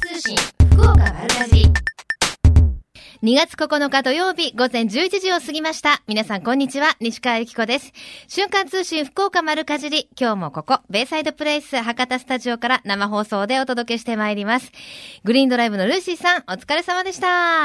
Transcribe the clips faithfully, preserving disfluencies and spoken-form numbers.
通信福岡丸かじりにがつここのか土曜日午前じゅういちじを過ぎました。皆さんこんにちは、西川由紀子です。瞬間通信福岡丸かじり、今日もここベイサイドプレイス博多スタジオから生放送でお届けしてまいります。グリーンドライブのルーシーさん、お疲れ様でした。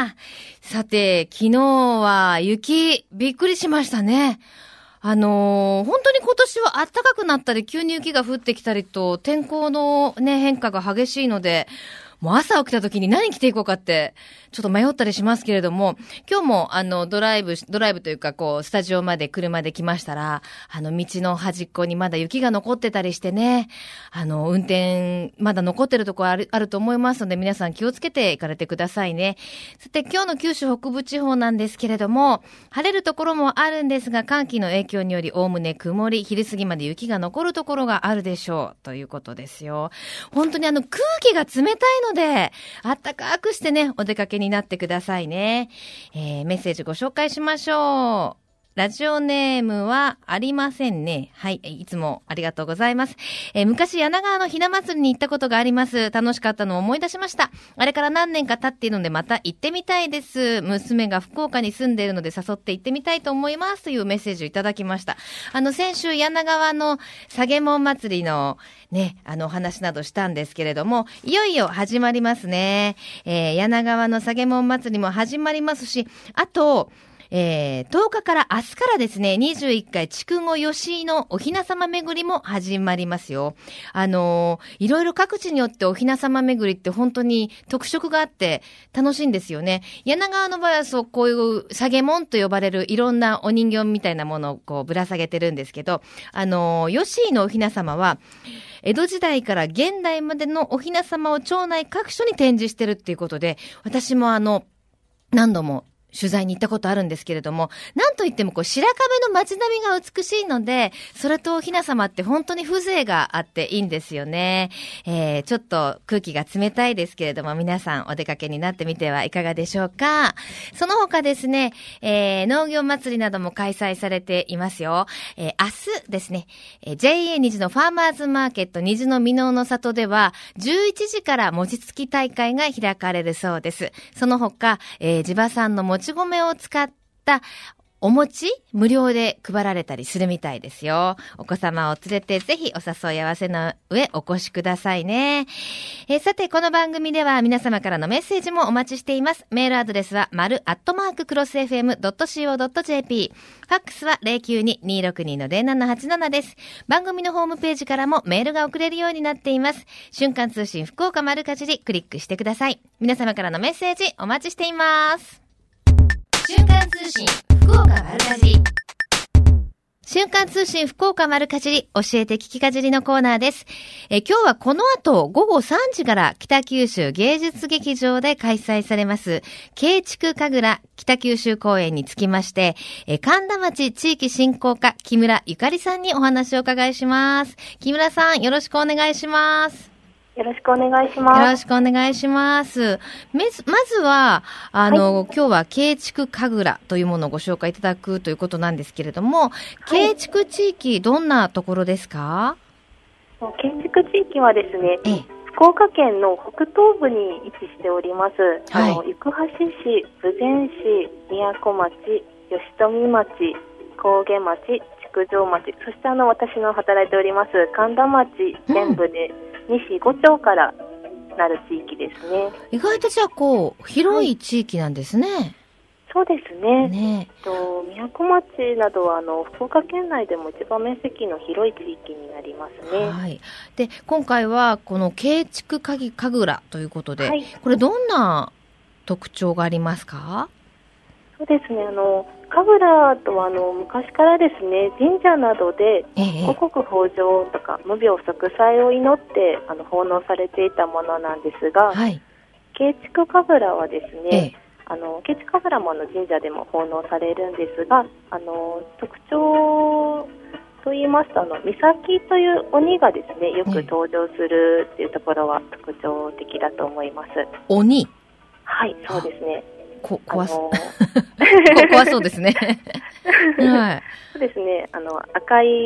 さて、昨日は雪びっくりしましたね。あのー、本当に今年は暖かくなったり急に雪が降ってきたりと天候のね変化が激しいので、もう朝起きた時に何着ていこうかってちょっと迷ったりしますけれども、今日もあのドライブドライブというかこうスタジオまで車で来ましたら、あの道の端っこにまだ雪が残ってたりしてね、あの運転まだ残ってるところあるあると思いますので、皆さん気をつけて行かれてくださいね。さて今日の九州北部地方なんですけれども、晴れるところもあるんですが、寒気の影響によりおおむね曇り、昼過ぎまで雪が残るところがあるでしょうということですよ。本当にあの空気が冷たいのであったかくしてねお出かけになってくださいね。えー、メッセージご紹介しましょう。ラジオネームはありませんね。はい、いつもありがとうございます。えー、昔柳川のひな祭りに行ったことがあります。楽しかったのを思い出しました。あれから何年か経っているのでまた行ってみたいです。娘が福岡に住んでいるので誘って行ってみたいと思いますというメッセージをいただきました。あの先週柳川の下げ門祭りのね、あのお話などしたんですけれども、いよいよ始まりますね。えー、柳川の下げ門祭りも始まりますし、あとえー、とおかから明日からですね、にじゅういっかい筑後吉井のおひな様巡りも始まりますよ。あのー、いろいろ各地によっておひな様巡りって本当に特色があって楽しいんですよね。柳川の場合はそう、こういう下げ門と呼ばれるいろんなお人形みたいなものをこうぶら下げてるんですけど、あのー、吉井のおひな様は江戸時代から現代までのおひな様を町内各所に展示してるっていうことで、私もあの何度も取材に行ったことあるんですけれども、なんといってもこう白壁の街並みが美しいので、それとおひな様って本当に風情があっていいんですよね。えー、ちょっと空気が冷たいですけれども、皆さんお出かけになってみてはいかがでしょうか。その他ですね、えー、農業祭りなども開催されていますよ。えー、明日ですね、えー、ジェイエー 虹のファーマーズマーケット虹の箕面の里ではじゅういちじから餅つき大会が開かれるそうです。その他、えー、地場産のもち米を使ったお餅無料で配られたりするみたいですよ。お子様を連れてぜひお誘い合わせの上お越しくださいね。えー、さてこの番組では皆様からのメッセージもお待ちしています。メールアドレスは丸アットマーククロス エフエムドットシーオードットジェーピー、ファックスは ゼロきゅうに にーろくに のゼロななはちななです。番組のホームページからもメールが送れるようになっています。瞬間通信福岡丸かじりクリックしてください。皆様からのメッセージお待ちしています。瞬間通信福岡丸かじり、瞬間通信福岡丸かじり、教えて聞きかじりのコーナーです。え今日はこの後ごごさんじから北九州芸術劇場で開催されます慶竹神楽北九州公演につきまして、え神田町地域振興課木村ゆかりさんにお話をお伺いします。木村さん、よろしくお願いします。 よろしくお願いします。 よろしくお願いします。まず、まずは、あの、はい、今日は慶竹神楽というものをご紹介いただくということなんですけれども、慶竹地域、どんなところですか？ 慶竹地域はですね、ええ、福岡県の北東部に位置しております。はい、あの行橋市、豊前市、宮古町、吉富町、高下町、築城町、そしてあの私の働いております神田町全部で、うん西ご町からなる地域ですね。 意外とじゃあこう広い地域なんですね。はい、 そうですね。 ねと宮古町などはあの福岡県内でも一番面積の広い地域になりますね。 はい。で今回はこの慶竹神楽ということで、はい、これどんな特徴がありますか？ そうですね。あの神楽とはあの昔からですね、神社などで五穀豊穣とか無病息災を祈ってあの奉納されていたものなんですが、はい、慶竹神楽はですね、ええ、あの慶竹神楽もあの神社でも奉納されるんですが、あの特徴と言いますと、あの岬という鬼がですねよく登場するっていうところは特徴的だと思います。 鬼？ はい、そうですね。 こ怖そう怖そうですね。はい。 そうですね。あの赤い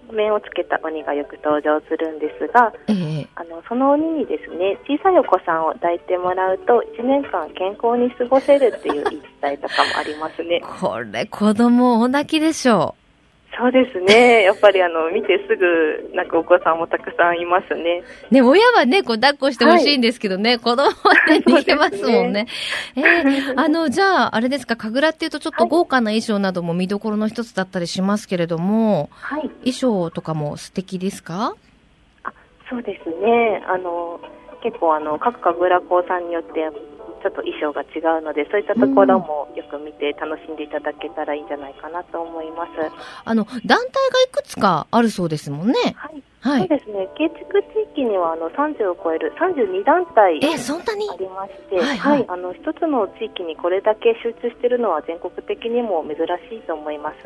面をつけた鬼がよく登場するんですが、ええ、あのその鬼にですね、小さいお子さんを抱いてもらうといちねんかん健康に過ごせるっていう言い伝えとかもありますね。 これ子供お泣きでしょう。 そうですね。やっぱりあの見てすぐ泣くお子さんもたくさんいますね。 ね、親はね、こう抱っこしてほしいんですけどね、はい、子供はね、逃げますもんね。ねえー、あの、じゃあ、あれですか、神楽っていうとちょっと豪華な衣装なども見どころの一つだったりしますけれども、はい、衣装とかも素敵ですか？ あ、そうですね。あの、結構あの、各神楽講さんによってちょっと衣装が違うので、そういったところもよく見て楽しんでいただけたらいいんじゃないかなと思います。 あの団体がいくつかあるそうですもんね。 はい、はい、そうですね。慶畜地域にはあのさんじゅうを超えるさんじゅうにだんたいありまして、はいはい、はい、あの一つの地域にこれだけ集中しているのは全国的にも珍しいと思います。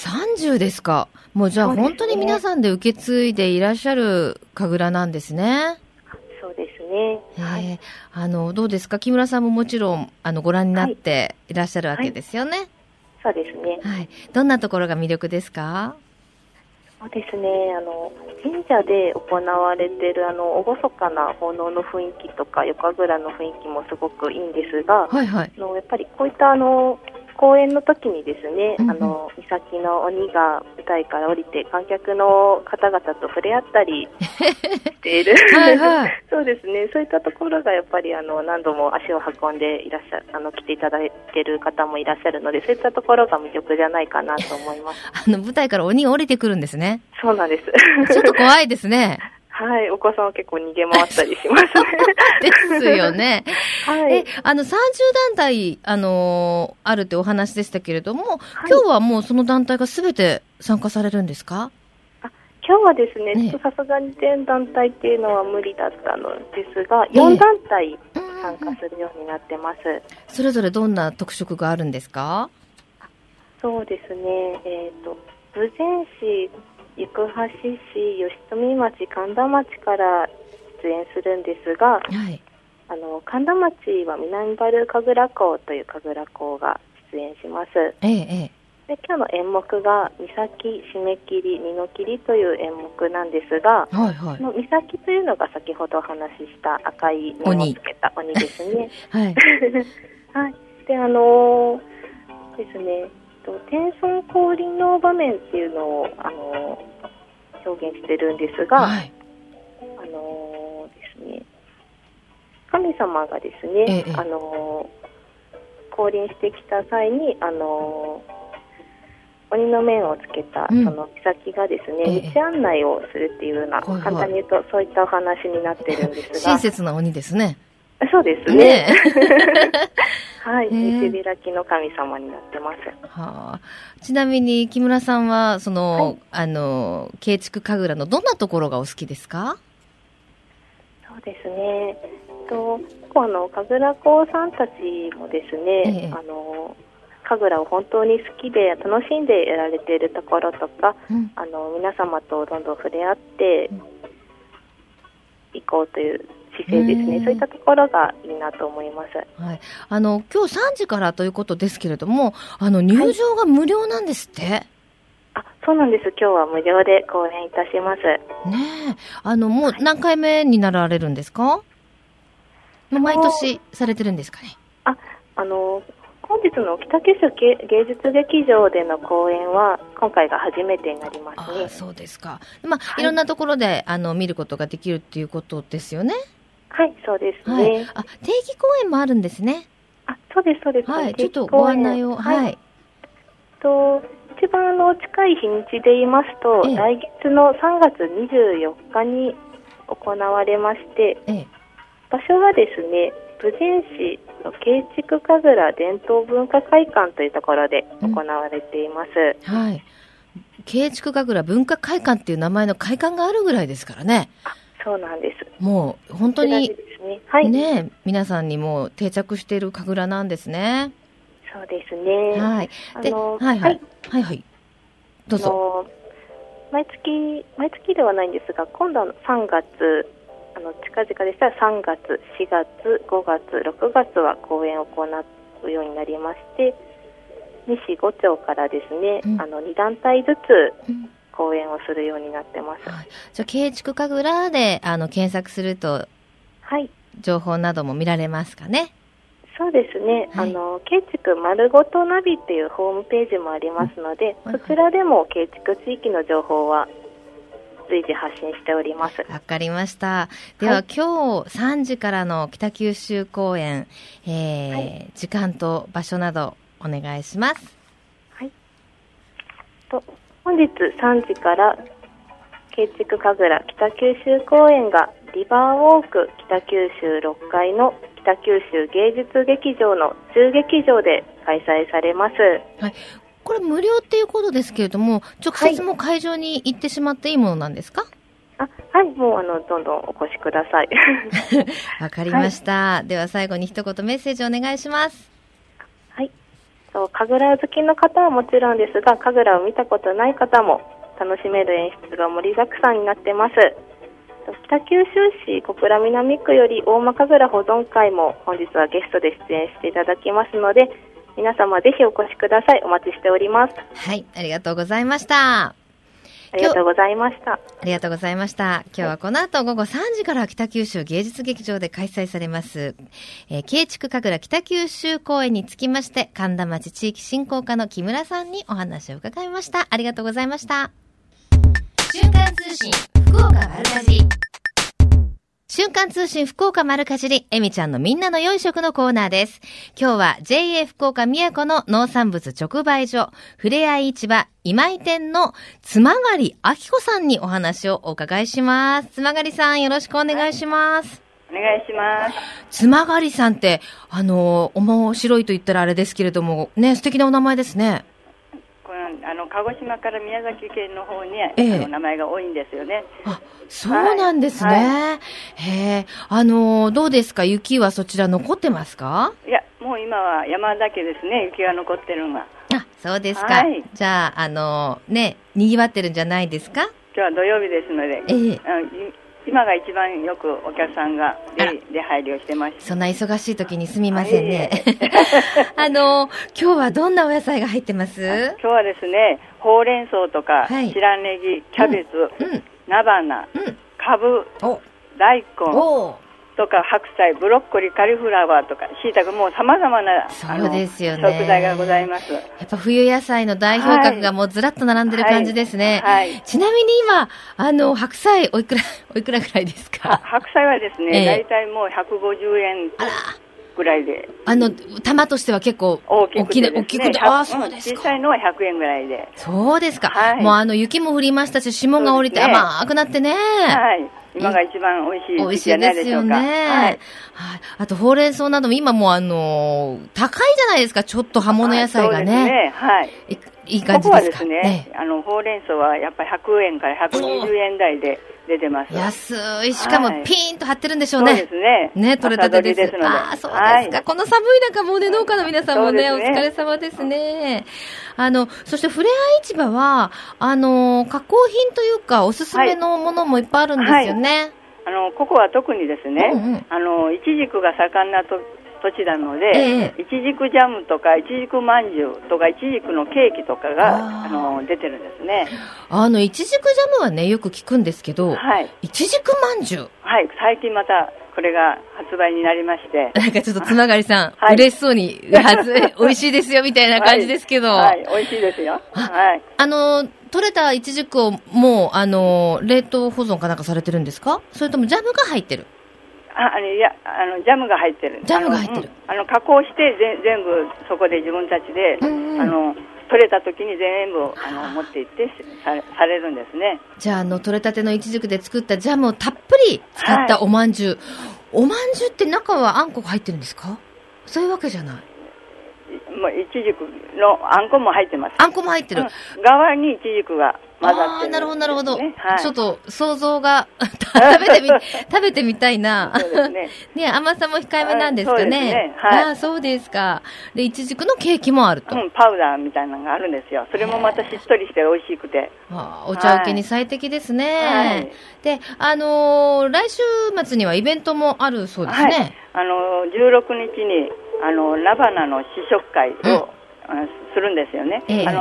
さんじゅうですか。もうじゃあ本当に皆さんで受け継いでいらっしゃる神楽なんですね。 そうですね。 はい、あのどうですか、木村さんももちろんあのご覧になっていらっしゃるわけですよね。はいはい、そうですね。 はい。どんなところが魅力ですか？ そうですね。あの神社で行われているあの厳かな奉納の雰囲気とか夜神楽の雰囲気もすごくいいんですが、はいはい、あのやっぱりこういったあの公演の時にですね、うんうん、あの岬の鬼が舞台から降りて観客の方々と触れ合ったりしているはい、はい、そうですね。そういったところがやっぱりあの何度も足を運んでいらっしゃる、あの来ていただいている方もいらっしゃるので、そういったところが魅力じゃないかなと思います。 あの舞台から鬼が降りてくるんですね。 そうなんです。 ちょっと怖いですね。 はい、お子さんは結構逃げ回ったりしますね。 ですよね。はい。え、あのさんじゅうだんたいあのー、あるってお話でしたけれども、はい、今日はもうその団体がすべて参加されるんですか？ あ、今日はですね、ね、ちょっとさすがに全団体っていうのは無理だったのですが、よんだんたい参加するようになってます。うんうんうん、 それぞれどんな特色があるんですか？ そうですね。えっと、豊前市、行橋市、吉富町、神田町から出演するんですが、はい、あの神田町は南原神楽講という神楽講が出演します。ええ、で今日の演目が岬、締め切り、身の切りという演目なんですが、はいはい、その岬というのが先ほどお話しした赤い面をつけた鬼ですね。はい、はい、であのー、ですね。天孫降臨の場面っていうのを、あのー、表現してるんですが、はい、あのー、ですね、神様がですね、ええ、あのー、降臨してきた際に、あのー、鬼の面をつけた、うん、その岬がですね、ええ、道案内をするっていうような、はいはい、簡単に言うとそういったお話になってるんですが、 親切な鬼ですね。 そうですね。はい、道開きの神様になってます。 はあ、ちなみに木村さんはその、はい、あの慶畜神楽のどんなところがお好きですか？ そうですね。とあの神楽講さんたちもですね、ええ、あの神楽を本当に好きで楽しんでやられているところとか、うん、あの皆様とどんどん触れ合っていこうという姿勢ですね。そういったところがいいなと思います。 はい、あの今日さんじからということですけれども、あの入場が無料なんですって。はい、 あ、そうなんです。今日は無料で講演いたします。 ねえ、あのもう何回目になられるんですか？はい、毎年されてるんですかね？ あ、あの本日の北九州芸術劇場での公演は今回が初めてになりますね。 あ、そうですか。まあ、はい、いろんなところであの見ることができるっていうことですよね。 はい、そうですね。 はい、あ、定期公演もあるんですね。 あ、そうですそうです。 はい、ちょっとご案内を。はい。はい、 と一番あの近い日にちで言いますと、ええ、来月のさんがつにじゅうよっかに行われまして、ええ、場所はですね、豊前市の慶畜神楽伝統文化会館というところで行われています。 うん、はい。慶畜神楽文化会館っていう名前の会館があるぐらいですからね。 あ、そうなんです。 もう本当にね、はい、 ね、皆さんにも定着している神楽なんですね。 そうですね。 はい。で、あのはいはい、はい、はい、どうぞ。 毎月毎月ではないんですが、今度のさんがつ、あの近々でしたらさんがつ、しがつ、ごがつ、ろくがつは公演を行うようになりまして、西五町からですね、うん、あのにだんたいずつ講演をするようになってます。 はい、じゃあ慶畜神楽であの検索すると、 はい、 情報なども見られますかね。 そうですね、はい、あの慶畜丸ごとナビっていうホームページもありますので、うん、そちらでも慶畜地域の情報は随時発信しております。 わかりました。では、はい、今日さんじからの北九州公演、えーはい、時間と場所などお願いします。 はい。と本日さんじから慶畜神楽北九州公演がリバーウォーク北九州ろっかいの北九州芸術劇場の中劇場で開催されます。 はい。これ無料っていうことですけれども、直接も会場に行ってしまっていいものなんですか？ はい、あ、はい、もうあのどんどんお越しください。 わかりました、はい。では最後に一言メッセージお願いします。 はい。そう、神楽好きの方はもちろんですが、神楽を見たことない方も楽しめる演出が盛りだくさんになってます。北九州市小倉南区より大間神楽保存会も本日はゲストで出演していただきますので、皆様ぜひお越しください。お待ちしております。 はい、ありがとうございました。 ありがとうございました。 ありがとうございました。今日はこの後午後さんじから北九州芸術劇場で開催されます、えー、慶畜神楽北九州公演につきまして、神田町地域振興課の木村さんにお話を伺いました。ありがとうございました。瞬間通信福岡丸かじり。瞬間通信福岡丸かじり、えみちゃんのみんなの良い食のコーナーです。今日は ジェイエー 福岡宮古の農産物直売所、ふれあい市場今井店の妻狩明子さんにお話をお伺いします。妻狩さん、よろしくお願いします。 はい、お願いします。 妻狩さんって、あの、面白いと言ったらあれですけれども、ね、素敵なお名前ですね。 あの鹿児島から宮崎県の方に、ええ、あの名前が多いんですよね。 あ、そうなんですね。はいはい、へえ、あのどうですか、雪はそちら残ってますか？ いや、もう今は山だけですね、雪が残ってるのは。 あ、そうですか。はい、じゃああのね、賑わってるんじゃないですか？ 今日は土曜日ですので、ええ、今が一番よくお客さんが出入りをしてます。 そんな忙しい時にすみませんね。あの今日はどんなお野菜が入ってます？ 今日はですね、ほうれん草とか、はい、白ネギ、キャベツ、うんうん、菜花、うん、かぶ、大根とか白菜、ブロッコリー、カリフラワーとか椎茸、もう様々なそうですよね、 食材がございます。 やっぱ冬野菜の代表格がもうずらっと並んでる感じですね。はいはいはい、ちなみに今あの白菜おいくらおいくらぐらいですか？ 白菜はですね、だいたいもうひゃくごじゅうえんぐらいで、 あの玉としては結構大きくてですね、 大きくて、あ、そうですか。 小さいのはひゃくえんぐらいで。 そうですか。はい、もうあの雪も降りましたし、霜が降りて甘くなってね。 はい。今が一番美味しい時期じゃないでしょうか。美味しいですよね。はい。はい、 あとほうれん草なども今もうあのー、高いじゃないですか、ちょっと葉物野菜がね。はい、そうですね。はい。いい感じですか。ここはですね、 ええ、あのほうれん草はやっぱりひゃくえんからひゃくにじゅうえん台で出てます。 安い。しかもピーンと張ってるんでしょうね。 そうですね。 ね、取れたてです。ですああ、そうですか、はい。この寒い中もね、農家の皆さんもね、ね、お疲れ様ですね。あの、そしてふれあい市場は、あの、加工品というか、おすすめのものもいっぱいあるんですよね。はいはい、 あの、ここは特にですね、うんうん、あの、いちじくが盛んなと土地なので、ええ、いちじくジャムとかいちじくまんじゅうとかいちじくのケーキとかが あ, あの出てるんですね。 あのいちじくジャムはねよく聞くんですけど、はい、いちじくまんじゅう、 はい、最近またこれが発売になりまして、 なんかちょっと妻狩さん、はい、嬉しそうに美味しいですよみたいな感じですけど、 はい、はい、美味しいですよ。はい、 あの取れたいちじくをもうあの冷凍保存かなんかされてるんですか？それともジャムが入ってる？ あ、あのいや、あのジャムが入ってる。 ジャムが入ってる。 あの、うん、あの加工してぜ全部そこで自分たちで、うんうん、あの取れた時に全部あの持って行ってされ、されるんですね。 じゃあ、あの取れたてのいちじくで作ったジャムをたっぷり使ったおまんじゅう、はい、おまんじゅうって中はあんこが入ってるんですか？そういうわけじゃない。 もういちじくのあんこも入ってます。 あんこも入ってる。 うん、側にいちじくが混ざってる、ね。 ああ、なるほどなるほど。はい、ちょっと想像が食べてみ食べてみたいな。そうですね。ね、甘さも控えめなんですかね。そうですね。はい。ああ、そうですか。で、いちじくのケーキもあると。 うん、パウダーみたいなのがあるんですよ。それもまたしっとりして美味しくて。 ああ、お茶受けに最適ですね。はい、で、あのー、来週末にはイベントもあるそうですね。はい、 あのー、じゅうろくにちにあの菜花の試食会を、うん、するんですよね。ええ、あの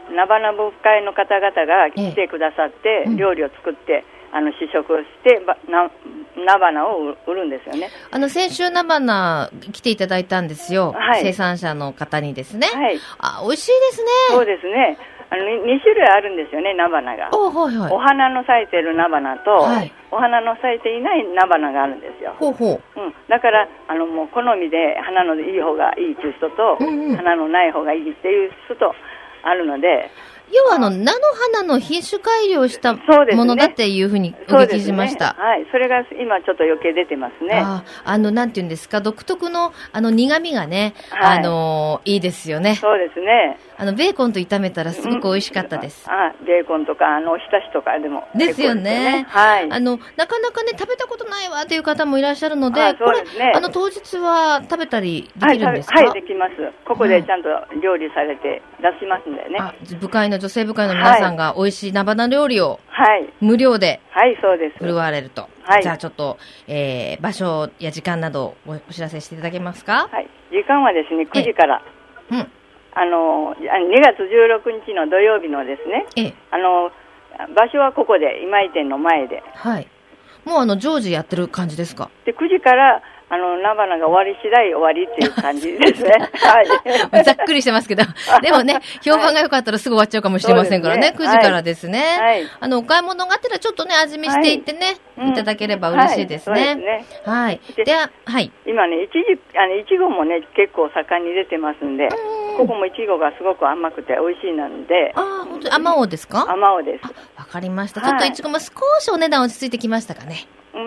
菜花部会の方々が来てくださって、ええ、料理を作って、うん、あの試食をしてな菜花を売るんですよね。 あの先週菜花来ていただいたんですよ、はい、生産者の方にですね、はい、あ美味しいですね。 そうですね、あの に, に種類あるんですよね、菜花が。お、はいはい、お花の咲いてる菜花と、はい、お花の咲いていない菜花があるんですよ。ほうほう、うん、だからあのもう好みで花のいい方がいいという人と、うんうん、花のない方がいいっていう人とあるので、 要はあの菜の花の品種改良したものだっていうふうにお聞きしました。 ね、はい、それが今ちょっと余計出てますね。 ああのなんていうんですか、独特のあの苦味がね、はい、あのいいですよね。 そうですね。 あのベーコンと炒めたらすごく美味しかったです。 うん、あベーコンとかあのおひたしとかでもですよね。はい。あのなかなかね食べたことないわという方もいらっしゃるので、これあの当日は食べたりできるんですか？ はい、はい、できます。ここでちゃんと料理されて出しますんだよね。 あ部会の女性部会の皆さんが美味しい菜花料理を無料で振るわれると。はい、じゃあちょっと、えー、場所や時間などをお知らせしていただけますか？ はい。時間はですねくじから。うん。あのにがつじゅうろくにちの土曜日のですね、ええ、あの場所はここで今井店の前で、はい、 もうあの常時やってる感じですか？ でくじからあの菜花が終わり次第終わりっていう感じですね。はい。ざっくりしてますけど、でもね評判が良かったらすぐ終わっちゃうかもしれませんからね。ねくじからですね。はい、あのお買い物があったらちょっとね味見していってね、はい、いただければ嬉しいですね。はい。はい、ねはい、でははい。 今ねいちじあのいちごもね結構盛んに出てますんで。ここもいちごがすごく甘くて美味しいなんで。 ああ、本当に甘おですか？ 甘おです。 わかりました。ちょっといちごも少しお値段落ち着いてきましたかね。 うん、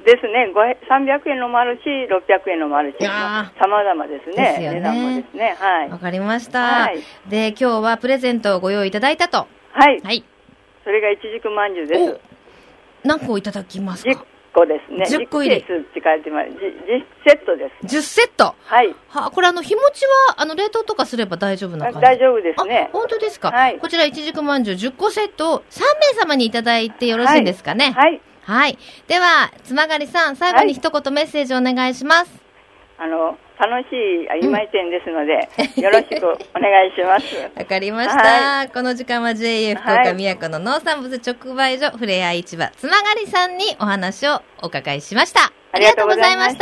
ですね。さんびゃくえんのもあるし、ろっぴゃくえんのもあるし、様々ですね。ですよね。値段もですね。はい。 わかりました。はい。で、今日はプレゼントをご用意いただいたと。 はい。はい。それがいちじくまんじゅうです。 何個いただきますか？ じゅっこですね。 じゅっこ入り。 じゅっって書いてます。じゅっセットです。 じゅっセット。 はい。 は、これあの、日持ちは、あの、冷凍とかすれば大丈夫な感じ？ 大丈夫ですね。 本当ですか？はい。こちらいちじくまんじゅうじゅっこセットをさんめいさまにいただいてよろしいですかね？はい。はいはい。では、つまがりさん、最後に一言メッセージをお願いします。 はい、あの、楽しい今井店ですので、うん、よろしくお願いします。 わかりました、はい。この時間は ジェイエー 福岡宮古の農産物直売所、ふれあい市場、つまがりさんにお話をお伺いしました。ありがとうございました。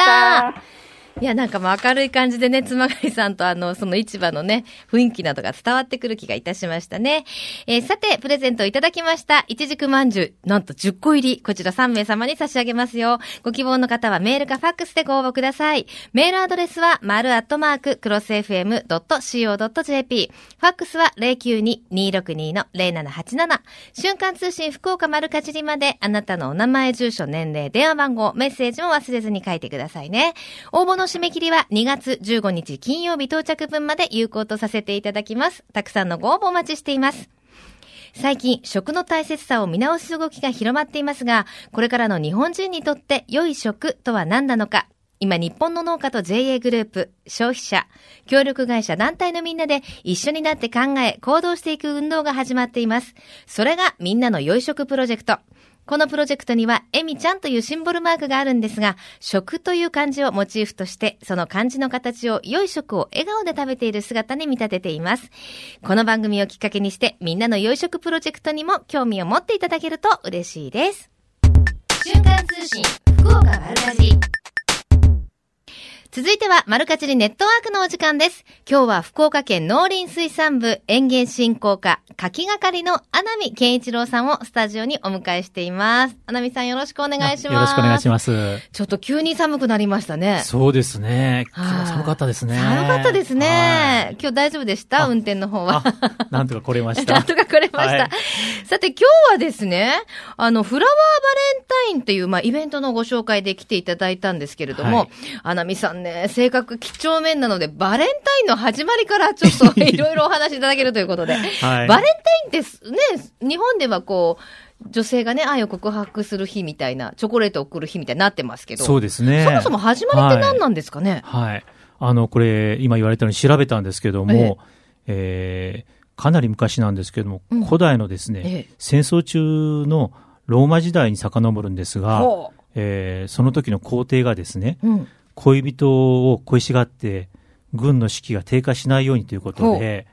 いや、なんかもう明るい感じでね、つまがりさんとあの、その市場のね、雰囲気などが伝わってくる気がいたしましたね。えー、さて、プレゼントをいただきました。いちじくまんじゅう、なんとじゅっこ入り。こちらさんめいさまに差し上げますよ。ご希望の方はメールかファックスでご応募ください。メールアドレスは、丸アットマーク、クロス エフエムドットシーオードットジェーピー。ファックスは ゼロきゅうに にーろくに の ゼロななはちなな。瞬間通信福岡丸かじりまで、あなたのお名前、住所、年齢、電話番号、メッセージも忘れずに書いてくださいね。応募の締め切りはにがつじゅうごにち金曜日到着分まで有効とさせていただきます。たくさんのご応募お待ちしています。最近、食の大切さを見直す動きが広まっていますが、これからの日本人にとって良い食とは何なのか。今、日本の農家と ジェイエー グループ、消費者、協力会社団体のみんなで一緒になって考え、行動していく運動が始まっています。それがみんなの良い食プロジェクト。このプロジェクトには、えみちゃんというシンボルマークがあるんですが、食という漢字をモチーフとして、その漢字の形を良い食を笑顔で食べている姿に見立てています。この番組をきっかけにして、みんなの良い食プロジェクトにも興味を持っていただけると嬉しいです。瞬間通信、福岡丸かじり。続いては、丸かじりネットワークのお時間です。今日は福岡県農林水産部園芸振興課柿係の穴見健一郎さんをスタジオにお迎えしています。穴見さんよろしくお願いします。 よろしくお願いします。 ちょっと急に寒くなりましたね。 そうですね。今日は寒かったですね。 寒かったですね。今日大丈夫でした？運転の方は。 なんとか来れました。 なんとか来れました。はい、さて今日はですね、あの、フラワーバレンタインっていう、まあ、イベントのご紹介で来ていただいたんですけれども、はい、穴見さんね、性格几帳面なので、バレンタインの始まりからちょっといろいろお話しいただけるということで、はい、バレンタインってね、日本ではこう、女性がね、愛を告白する日みたいな、チョコレートを送る日みたいになってますけど、 そうですね。 そもそも始まりって何なんですかね。 はい。はい、あの、これ、今言われたように調べたんですけども、えええー、かなり昔なんですけども、うん、古代のですね、ええ、戦争中のローマ時代に遡るんですが、えー、その時の皇帝がですね、うん、恋人を恋しがって軍の士気が低下しないようにということで、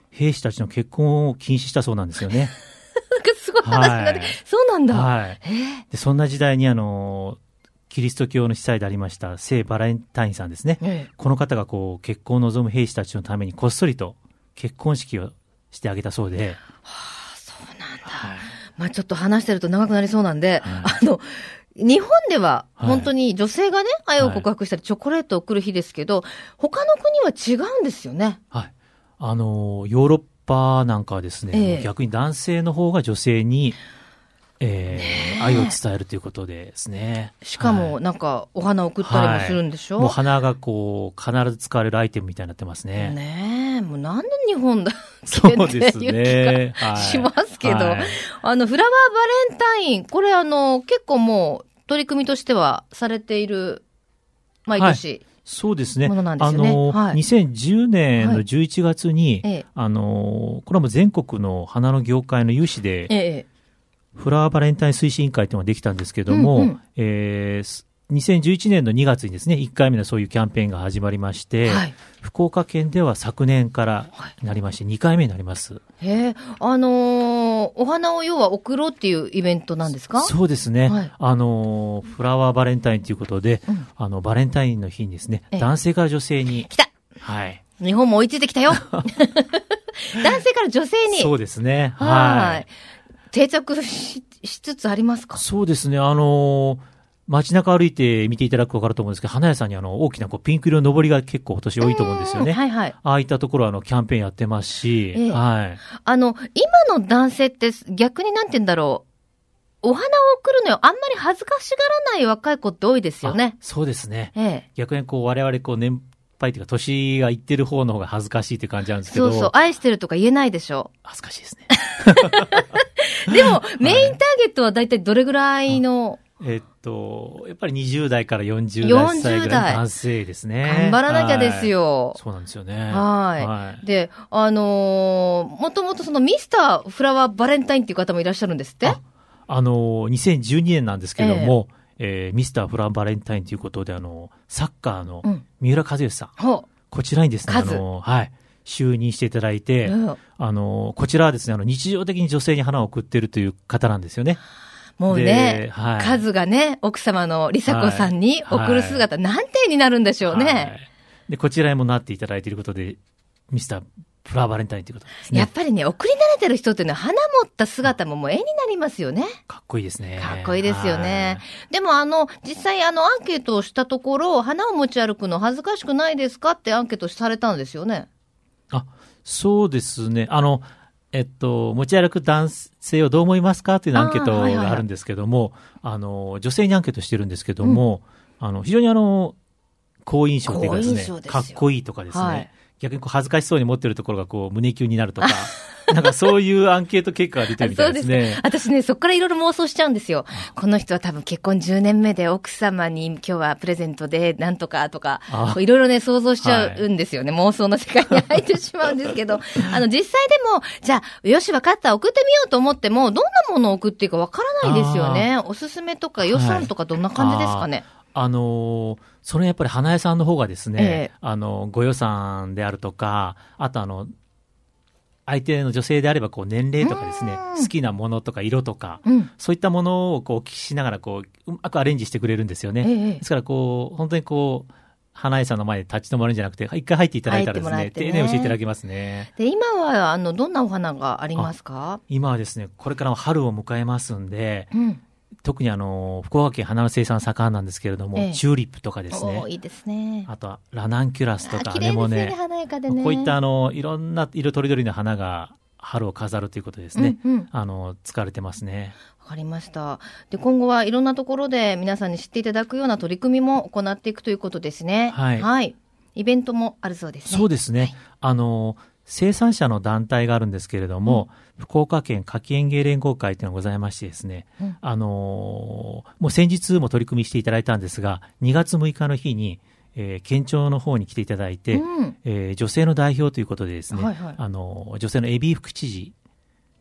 兵士たちの結婚を禁止したそうなんですよね。 なんかすごい話になって、はい、そうなんだ。 はい。で、そんな時代にあの、キリスト教の司祭でありました聖バレンタインさんですね。ええ、この方がこう結婚を望む兵士たちのためにこっそりと結婚式をしてあげたそうで。 はあ、そうなんだ。はい、まあちょっと話してると長くなりそうなんで、はい、あの、日本では本当に女性がね、はい、愛を告白したりチョコレートを送る日ですけど、他の国は違うんですよね。 はい。あの、ヨーロッパなんかはですね、ええ、逆に男性の方が女性に、えー、愛を伝えるということでですね。 しかも、なんか、お花を送ったりもするんでしょ、はい、 もう花がこう、必ず使われるアイテムみたいになってますね。 ねえ、もうなんで日本だっけっていう気がしますけど、はい、あの、フラワーバレンタイン、これあの、結構もう、取り組みとしてはされている、毎年。はい、 そうですね。 ものなんですよね。 あの、はい、にせんじゅうねんのじゅういちがつに、はい、あの、これはもう全国の花の業界の有志で、ええ、フラワーバレンタイン推進委員会というのができたんですけども、うんうん、えー、にせんじゅういちねんのにがつにですね、いっかいめのそういうキャンペーンが始まりまして、はい、福岡県では昨年からなりまして、にかいめになります。 へえ、あのー、お花を要は贈ろうっていうイベントなんですか？ そうですね。はい、あのー、フラワーバレンタインということで、うん、あの、バレンタインの日にですね、男性から女性に。 来た！ はい。 日本も追いついてきたよ男性から女性に。 そうですね。はい。 定着 し, しつつありますか？ そうですね。あのー、街中歩いて見ていただくと分かると思うんですけど、花屋さんにあの大きなこうピンク色の上りが結構今年多いと思うんですよね。はいはい。ああいったところはあのキャンペーンやってますし、えー、はい。 あの、今の男性って逆になんて言うんだろう。お花を贈るのよ、あんまり恥ずかしがらない若い子って多いですよね。 そうですね。 ええ、 逆にこう我々こう年配というか年がいってる方の方が恥ずかしいっていう感じなんですけど。 そうそう、愛してるとか言えないでしょ。 恥ずかしいですね。 でも、メインターゲットはだいたいどれぐらいの、 えっと、やっぱりにじゅうだいからよんじゅうだいさいぐらいの男性ですね。 頑張らなきゃですよ。 はい、そうなんですよね。 はい。はい、で、あのー、もともとそのミスターフラワーバレンタインっていう方もいらっしゃるんですって？あ、 あのー、にせんじゅうにねんなんですけども、えーえー、ミスターフラワーバレンタインということで、あのー、サッカーの三浦知良さん。うん、こちらにですね、あのー、はい。就任していただいて、うん、あのー、こちらはですね、あの、日常的に女性に花を贈っているという方なんですよね。 もうね、はい、カズがね、奥様の梨紗子さんに送る姿、はい、何点になるんでしょうね、はい。 で、こちらへもなっていただいていることで、ミスターフラワーバレンタインということですね。 やっぱりね、送り慣れてる人っていうのは、花持った姿ももう絵になりますよね。 かっこいいですね。 かっこいいですよね。でも、あの、実際、あの、アンケートをしたところ、花を持ち歩くの恥ずかしくないですかってアンケートされたんですよね。 あ、そうですね。あの、えっと、持ち歩く男性をどう思いますかというアンケートがあるんですけども、あ、はいはい、あの、女性にアンケートしてるんですけども、うん、あの、非常にあの、好印象というかですね、かっこいいとかですね、はい、逆にこう恥ずかしそうに持ってるところがこう胸キュンになるとか、なんかそういうアンケート結果が出てるみたいですね。そうです。 私ね、そこからいろいろ妄想しちゃうんですよ。この人は多分結婚じゅうねんめで奥様に今日はプレゼントでなんとかとか、いろいろね、想像しちゃうんですよね。はい、妄想の世界に入ってしまうんですけど、あの、実際でも、じゃあ、よし、わかった、送ってみようと思っても、どんなものを送っていいかわからないですよね。おすすめとか予算とかどんな感じですかね。はい、 あ, あのー、それやっぱり花屋さんの方がですね、ええ、あの、ご予算であるとか、あとあの、相手の女性であればこう年齢とかですね、好きなものとか色とか、うん、そういったものをこうお聞きしながらこう、うまくアレンジしてくれるんですよね。ええ、ですからこう、本当にこう、花屋さんの前で立ち止まるんじゃなくて、一回入っていただいたらですね、丁寧に教えていただきますね。 で、今は、あの、どんなお花がありますか？ 今はですね、これから春を迎えますんで、うん、特にあの、福岡県花の生産盛んなんですけれども、ええ、チューリップとかですね。 いいですね。 あとはラナンキュラスとか、 アネモネ。華やかでね。 こういったあの、いろんな色とりどりの花が、春を飾るということですね、うんうん、あの使われてますね。 わかりました。で、今後はいろんなところで皆さんに知っていただくような取り組みも行っていくということですね。はい、はい、イベントもあるそうですね。 そうですね、はい、あの生産者の団体があるんですけれども、うん、福岡県花き園芸連合会というのがございましてですね、うん、あのもう先日も取り組みしていただいたんですが、にがつむいかの日にえー、県庁の方に来ていただいて、うん、えー、女性の代表ということでですね、はいはい、あの女性の海老副知事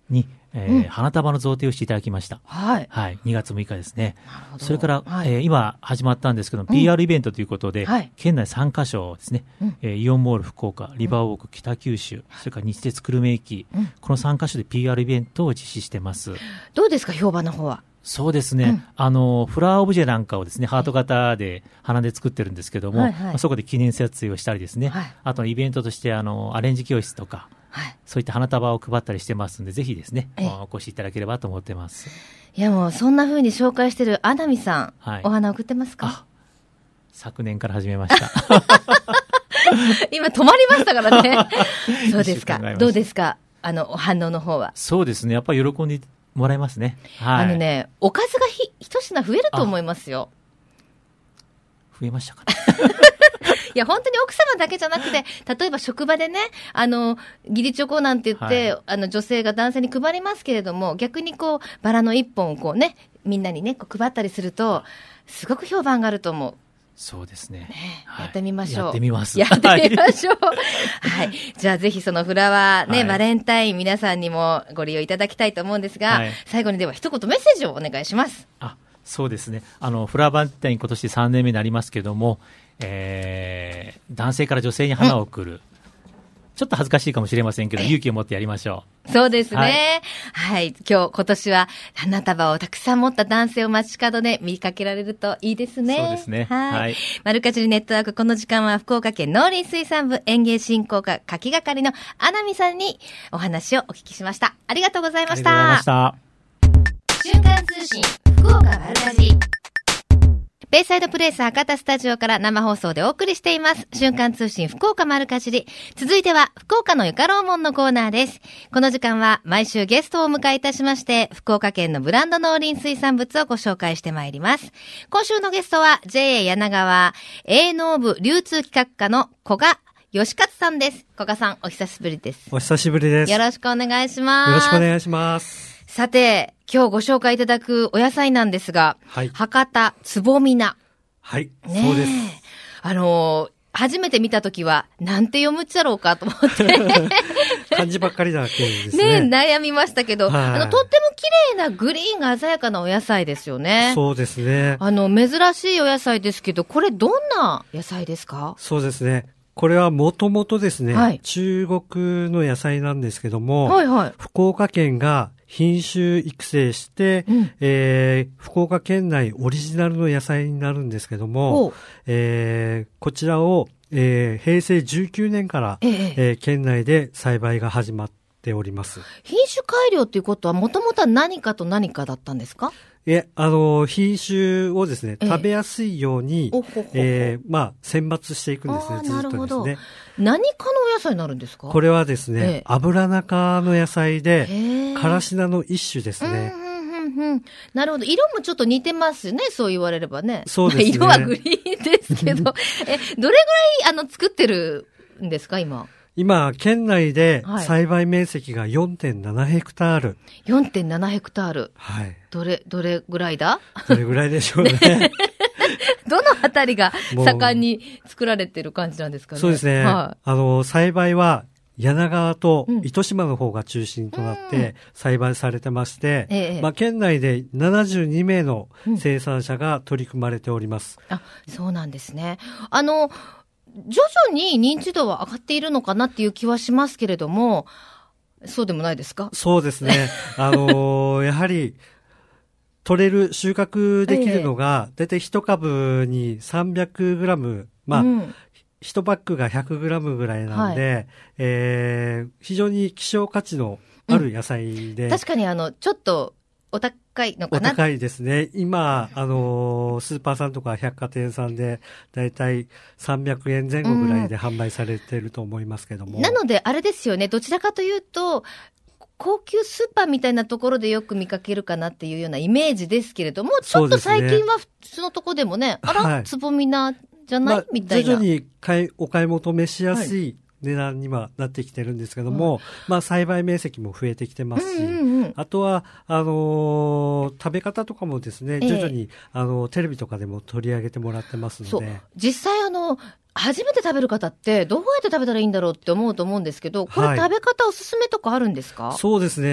に、えーうん、花束の贈呈をしていただきました。 はい。 はい。にがつむいかですね。 なるほど。 それから、 はい、 えー、今始まったんですけど、うん、ピーアール イベントということで、はい、県内さんカ所ですね、うんえー、イオンモール福岡、リバーウォーク北九州、うん、それから西鉄久留米駅、うん、このさんカ所で ピーアール イベントを実施してます。 どうですか、評判の方は。 そうですね、うん、あのフラワーオブジェなんかをですねハート型で花で作ってるんですけども、はいはいまあ、そこで記念撮影をしたりですね、はい、あとイベントとしてあのアレンジ教室とか、はい、そういった花束を配ったりしてますのでぜひですねお越しいただければと思ってます。 いやもうそんな風に紹介してる穴見さん、はい、お花送ってますか？ 昨年から始めました今止まりましたからねそうですか。どうですかあの反応の方は？ そうですねやっぱり喜んでもらえますね、 はい、あのねおかずがひ一品増えると思いますよ。 増えましたかねいや本当に奥様だけじゃなくて例えば職場でねあの義理チョコなんて言って、はい、あの女性が男性に配りますけれども逆にこうバラの一本をこうねみんなにねこう配ったりするとすごく評判があると思う。 そうですね、 ねはい、やってみましょう。 やってみます。 やってみましょう。はい。じゃあぜひそのフラワーね、はい、バレンタイン皆さんにもご利用いただきたいと思うんですが、はい、最後にでは一言メッセージをお願いします。 あ、そうですね。あの、フラワーバレンタイン今年さんねんめになりますけども、えー、男性から女性に花を贈る。うんちょっと恥ずかしいかもしれませんけど、勇気を持ってやりましょう。そうですね。はい。はい、今日、今年は花束をたくさん持った男性を街角で見かけられるといいですね。 そうですね。はい。はい、 マルカジリネットワーク、この時間は福岡県農林水産部園芸振興課夏季係の穴見さんにお話をお聞きしました。ありがとうございました。 ありがとうございました。 瞬間通信、福岡マルカジリ。ベイサイドプレイス博多スタジオから生放送でお送りしています。瞬間通信福岡丸かじり。続いては福岡のゆかろうもんのコーナーです。この時間は毎週ゲストをお迎えいたしまして、福岡県のブランド農林水産物をご紹介してまいります。今週のゲストは ジェーエー 柳川営農部流通企画課の古賀義勝さんです。古賀さん、お久しぶりです。 お久しぶりです。 よろしくお願いします。 よろしくお願いします。 さて、今日ご紹介いただくお野菜なんですが、はい、博多つぼみな。 はい、ね、そうです。 あのー、初めて見たときは、なんて読むっちゃろうかと思って。 漢字ばっかりだけですね。 ね、悩みましたけど、あの、とっても綺麗なグリーンが鮮やかなお野菜ですよね。 そうですね。 あの、珍しいお野菜ですけど、これどんな野菜ですか？ そうですね。これはもともとですね、はい、中国の野菜なんですけども、はいはい、福岡県が品種育成して、うんえー、福岡県内オリジナルの野菜になるんですけども、えー、こちらを、えー、へいせいじゅうきゅうねんから、えええー、県内で栽培が始まっております。 品種改良ということはもともとは何かと何かだったんですか？ え、あの、品種をですね、ええ、食べやすいように、ほほほほえー、まあ、選抜していくんですね、ずっとですね。 何科のお野菜になるんですか？ これはですね、ええ、油中の野菜で、からし菜の一種ですね。 うんうんうんうん、なるほど。色もちょっと似てますね、そう言われればね。 そうですね。 色はグリーンですけど、え、どれぐらい、あの、作ってるんですか、今？ 今、県内で栽培面積が よんてんなな ヘクタール。 よんてんなな ヘクタール。 はい。 どれ、どれぐらいだ？ どれぐらいでしょうね。ねどのあたりが盛んに作られてる感じなんですかね。 そうですね。はい、あの、栽培は柳川と糸島の方が中心となって栽培されてまして、うんええ、まあ、県内でななじゅうにめいの生産者が取り組まれております。 うん、あ、そうなんですね。あの、徐々に認知度は上がっているのかなっていう気はしますけれども、そうでもないですか？ そうですね。あのー、やはり、取れる、収穫できるのが、だいたいいち株に さんびゃくグラム、まあ、うん、いちバッグが ひゃくグラム ぐらいなので、はい、えー、非常に希少価値のある野菜で。 うん、確かにあの、ちょっと、お高いのかな？ お高いですね。今、あのー、スーパーさんとか百貨店さんで、だいたいさんびゃくえんぜん後ぐらいで販売されていると思いますけども。 うん、なので、あれですよね。どちらかというと、高級スーパーみたいなところでよく見かけるかなっていうようなイメージですけれども、ちょっと最近は普通のとこでもね、あら、はい、つぼみな、じゃない、まあ、みたいな。 徐々に買いお買い求めしやすい、はい値段にはなってきてるんですけども、うん、まあ栽培面積も増えてきてますし、うんうんうん、あとは、あのー、食べ方とかもですね、徐々に、えー、あの、テレビとかでも取り上げてもらってますので。そう。 実際あの、初めて食べる方ってどうやって食べたらいいんだろうって思うと思うんですけど、これ食べ方おすすめとかあるんですか？ はい、そうですね。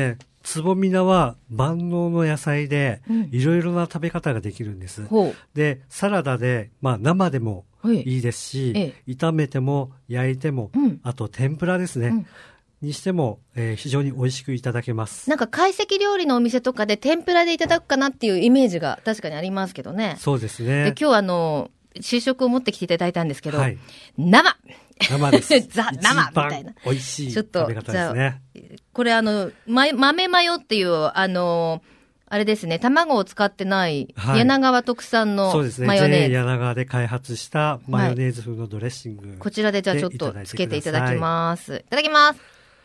つぼみなは万能の野菜で、いろいろな食べ方ができるんです。うん、で、サラダで、まあ生でもいいですし、ええ、炒めても焼いても、うん、あと天ぷらですね。うんにしても、えー、非常に美味しくいただけます。 なんか懐石料理のお店とかで天ぷらでいただくかなっていうイメージが確かにありますけどね。 そうですね。 で今日あの試食を持ってきていただいたんですけど、はい、生生ですザ生みたいな美味しい食べ方ですね。 これあの、ま、豆マヨっていうあのあれですね、卵を使ってない、はい、柳川特産のマヨネーズ。そうですね。ジェイ柳川で開発したマヨネーズ風のドレッシング、はい、 こちらでじゃあちょっとつけていただきます。いただきます。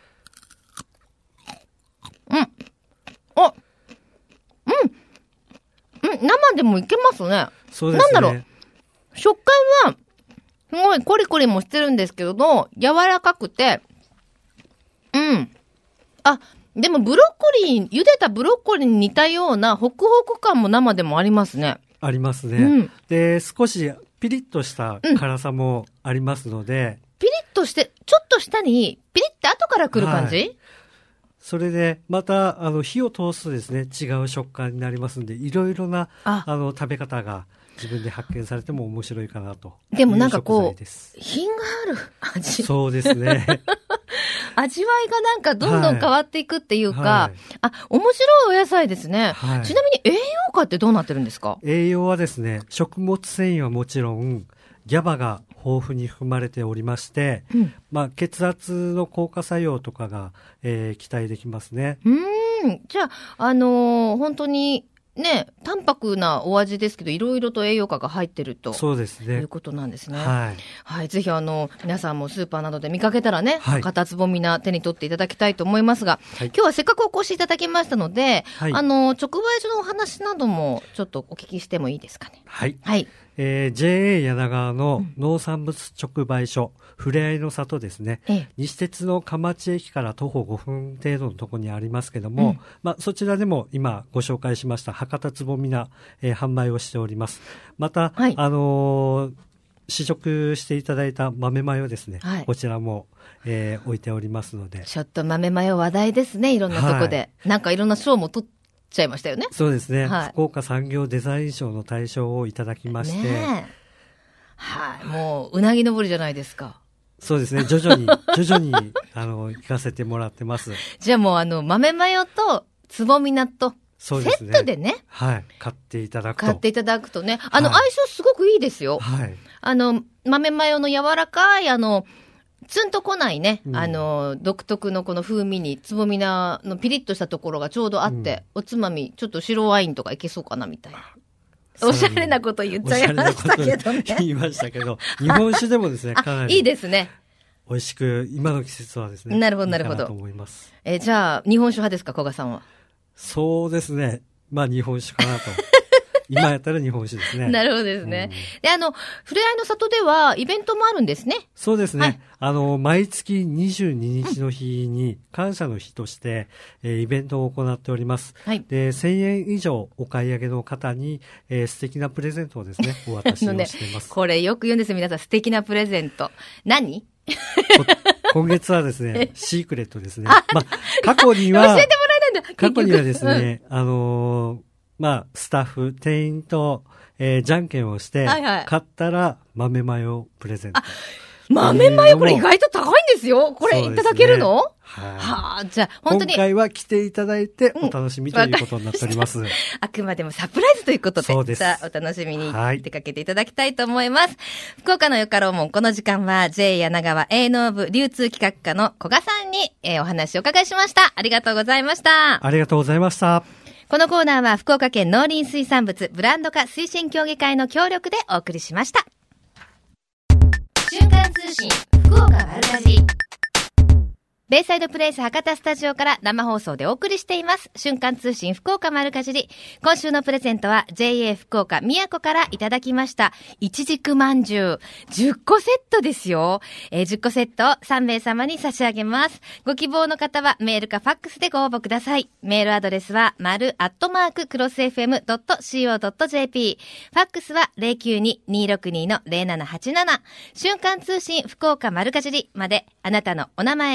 うん。あ、うん。うん、生でもいけますね。 そうですね。 なんだろう。食感は、すごいコリコリもしてるんですけど、柔らかくて、うん。あ、でもブロッコリー、茹でたブロッコリーに似たようなホクホク感も生でもありますね。 ありますね。うん、で、少しピリッとした辛さもありますので。 うん、ピリッとして、ちょっと下にピリッて後から来る感じ、はい、 それで、また、あの、火を通すとですね、違う食感になりますんで、いろいろな、あ, あの、食べ方が自分で発見されても面白いかなと。 でもなんかこう、品がある味。 そうですね。 味わいがなんかどんどん変わっていくっていうか、はいはい、あ、面白いお野菜ですね、はい。ちなみに栄養価ってどうなってるんですか？ 栄養はですね、食物繊維はもちろん、ギャバが豊富に含まれておりまして、うん、まあ、血圧の効果作用とかが、えー、期待できますね。 うーん。じゃあ、あのー、本当に、ね、淡白なお味ですけど、いろいろと栄養価が入ってると。 そうですね。 いうことなんですね。 はい。 はい。ぜひ、あの、皆さんもスーパーなどで見かけたらね、はい、博多つぼみな手に取っていただきたいと思いますが、はい、今日はせっかくお越しいただきましたので、はい、あの、直売所のお話などもちょっとお聞きしてもいいですかね。 はい。 はい。 えー、ジェイエー 柳川の農産物直売所、うん、ふれあいの里ですね、ええ、西鉄の蒲町駅から徒歩ごふん程度のところにありますけども、うん、まあ、そちらでも今ご紹介しました博多つぼみな、えー、販売をしております。また、はい、あのー、試食していただいた豆マヨですね、はい、こちらも、えー、置いておりますので。 ちょっと豆マヨ話題ですね、いろんなとこで、はい、なんかいろんな賞も取ってちゃいましたよね。 そうですね、はい、福岡産業デザイン賞の大賞をいただきまして、ね、 はい、もううなぎ登りじゃないですか。 そうですね、徐々に徐々にあの行かせてもらってます。 じゃあもうあの豆マヨとつぼみ納豆セットでね、 はい、買っていただくと買っていただくとね、あの、はい、相性すごくいいですよ。 はい、 あの豆マヨの柔らかいあのツンとこないね、うん、あの独特のこの風味につぼみなのピリッとしたところがちょうどあって、うん、おつまみちょっと白ワインとかいけそうかなみたいな。おしゃれなこと言っちゃいましたけどね。 言いましたけど、日本酒でもですね、かなりいいですね。 美味しく、今の季節はですね。 なるほど、なるほど。 いいかなと思います。 えー、じゃあ、日本酒派ですか、古賀さんは。 そうですね。まあ、日本酒かなと。今やったら日本酒ですね。 なるほどですね。うん、で、あの、ふれあいの里ではイベントもあるんですね。 そうですね。はい、あの、毎月にじゅうににちの日に感謝の日として、うん、えー、イベントを行っております。はい。で、せんえん以上お買い上げの方に、えー、素敵なプレゼントをですね、お渡しをしています。 ね、これよく言うんですよ、皆さん。素敵なプレゼント。何今月はですね、シークレットですね。まあ、過去には、 教えてもらえないんだ。 過去にはですね、うん、あのー、まあ、スタッフ、店員と、えー、じゃんけんをして、はいはい、買ったら豆マヨプレゼント。 豆マヨこれ意外と高いんですよ。これいただけるの？はい、はあ、じゃあ本当に。 今回は来ていただいてお楽しみということになっております。うん、 あくまでもサプライズということで。 そうです。 さあ、お楽しみに出かけていただきたいと思います。はい、福岡のよかろうもん、この時間は ジェイ 柳川営農部流通企画課の古賀さんに、えー、お話をお伺いしました。ありがとうございました。 ありがとうございました。 このコーナーは福岡県農林水産物ブランド化推進協議会の協力でお送りしました。瞬間通信福岡丸かじり、ベイサイドプレイス博多スタジオから生放送でお送りしています。瞬間通信福岡丸かじり。今週のプレゼントは ジェイエー 福岡宮古からいただきました。いちじくまんじゅう。じゅっこセットですよ。えー、じゅっこセットをさんめいさまに差し上げます。ご希望の方はメールかファックスでご応募ください。メールアドレスは丸アットマーククロス エフエムドットシーオードットジェーピー。ファックスは ゼロきゅうに にーろくに の ゼロななはちなな。瞬間通信福岡丸かじりまであなたのお名前、住所、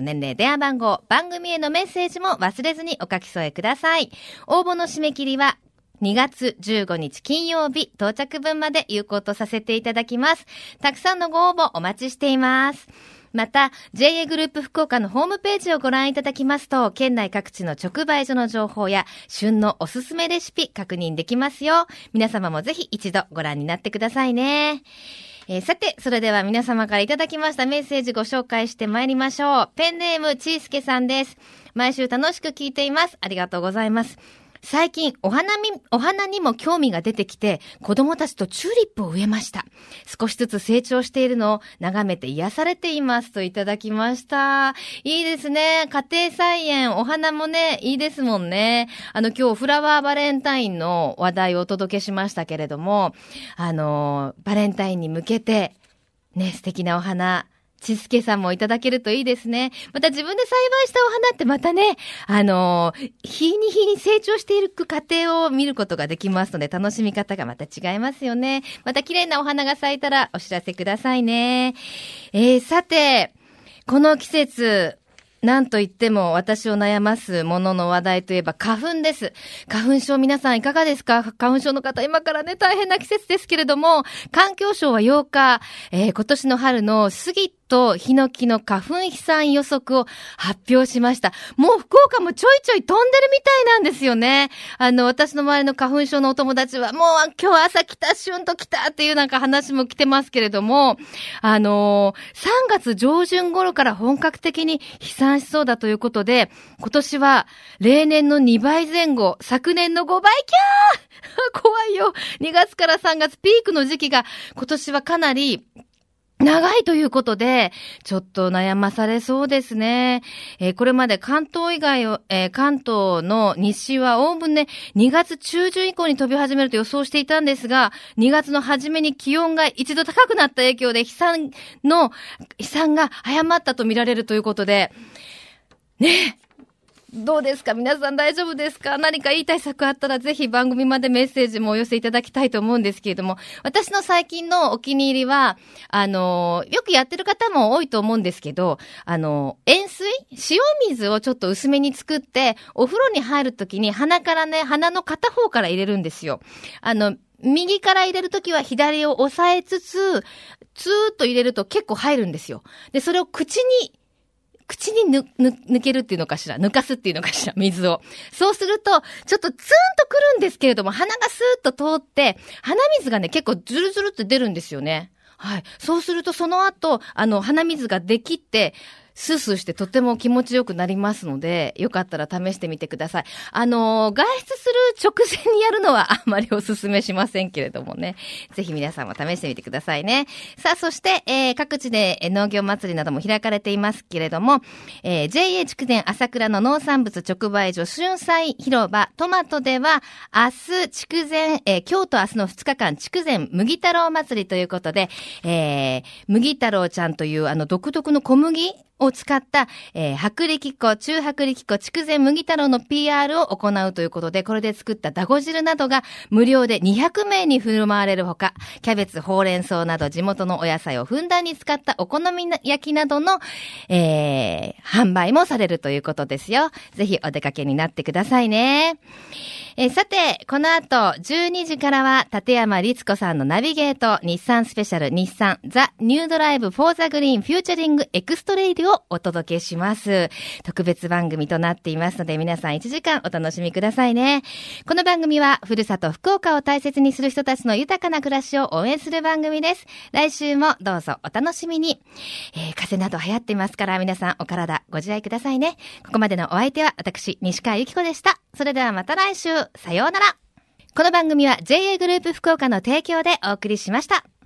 年齢、電話番号、番組へのメッセージも忘れずにお書き添えください。応募の締め切りはにがつじゅうごにち金曜日到着分まで有効とさせていただきます。たくさんのご応募お待ちしています。また ジェイエー グループ福岡のホームページをご覧いただきますと、県内各地の直売所の情報や旬のおすすめレシピ確認できますよ。皆様もぜひ一度ご覧になってくださいね。えー、さて、それでは皆様からいただきましたメッセージご紹介してまいりましょう。ペンネームちーすけさんです。毎週楽しく聞いています。ありがとうございます。最近お花見、お花にも興味が出てきて、子供たちとチューリップを植えました。少しずつ成長しているのを眺めて癒されていますといただきました。いいですね。家庭菜園、お花もね、いいですもんね。あの今日フラワーバレンタインの話題をお届けしましたけれども、あの、バレンタインに向けて、ね、素敵なお花、ちすけさんもいただけるといいですね。また自分で栽培したお花ってまたね、あのー、日に日に成長していく過程を見ることができますので、楽しみ方がまた違いますよね。また綺麗なお花が咲いたらお知らせくださいね。えー、さて、この季節、なんといっても私を悩ますものの話題といえば花粉です。花粉症皆さんいかがですか？花粉症の方今からね大変な季節ですけれども、環境省はようか、えー、今年の春の杉とヒノキの花粉飛散予測を発表しました。もう福岡もちょいちょい飛んでるみたいなんですよね。あの私の周りの花粉症のお友達はもう今日朝来た旬と来たっていうなんか話も来てますけれども、あのー、さんがつじょうじゅん頃から本格的に飛散しそうだということで、今年は例年のにばいぜん後、昨年のごばい、キャー怖いよ。にがつからさんがつピークの時期が今年はかなり長いということで、ちょっと悩まされそうですね。えー、これまで関東以外を、えー、関東の日誌はおおむねにがつちゅうじゅん以降に飛び始めると予想していたんですが、にがつの初めに気温が一度高くなった影響で飛散の、飛散が早まったと見られるということで、ねえ。どうですか？皆さん大丈夫ですか？何かいい対策あったらぜひ番組までメッセージもお寄せいただきたいと思うんですけれども、私の最近のお気に入りは、あの、よくやってる方も多いと思うんですけど、あの、塩水？塩水をちょっと薄めに作って、お風呂に入るときに鼻からね、鼻の片方から入れるんですよ。あの、右から入れるときは左を押さえつつ、ツーッと入れると結構入るんですよ。で、それを口に、口にぬ、ぬ、抜けるっていうのかしら、抜かすっていうのかしら、水を。そうすると、ちょっとツーンとくるんですけれども、鼻がスーッと通って、鼻水がね、結構ズルズルって出るんですよね。はい。そうすると、その後、あの、鼻水ができって、スースーしてとても気持ちよくなりますので、よかったら試してみてください。あの、外出する直前にやるのはあんまりお勧めしませんけれどもね。ぜひ皆さんも試してみてくださいね。さあ、そして、えー、各地で農業祭りなども開かれていますけれども、えー、ジェイエー 筑前朝倉の農産物直売所春菜広場トマトでは、明日筑前、えー、今日と明日のふつかかん筑前麦太郎祭りということで、えー、麦太郎ちゃんというあの独特の小麦を使った、えー、薄力粉、中薄力粉、筑前麦太郎の ピーアール を行うということで、これで作っただご汁などが無料でにひゃくめいに振る舞われるほか、キャベツ、ほうれん草など地元のお野菜をふんだんに使ったお好み焼きなどの、えー、販売もされるということですよ。ぜひお出かけになってくださいね。えー、さて、この後じゅうにじからは立山律子さんのナビゲート日産スペシャル日産ザ・ニュードライブフォーザグリーンフューチャリングエクストレイルをお届けします。特別番組となっていますので皆さんいちじかんお楽しみくださいね。この番組はふるさと福岡を大切にする人たちの豊かな暮らしを応援する番組です。来週もどうぞお楽しみに。えー、風邪など流行っていますから皆さんお体ご自愛くださいね。ここまでのお相手は私西川由紀子でした。それではまた来週。さようなら。この番組は ジェイエー グループ福岡の提供でお送りしました。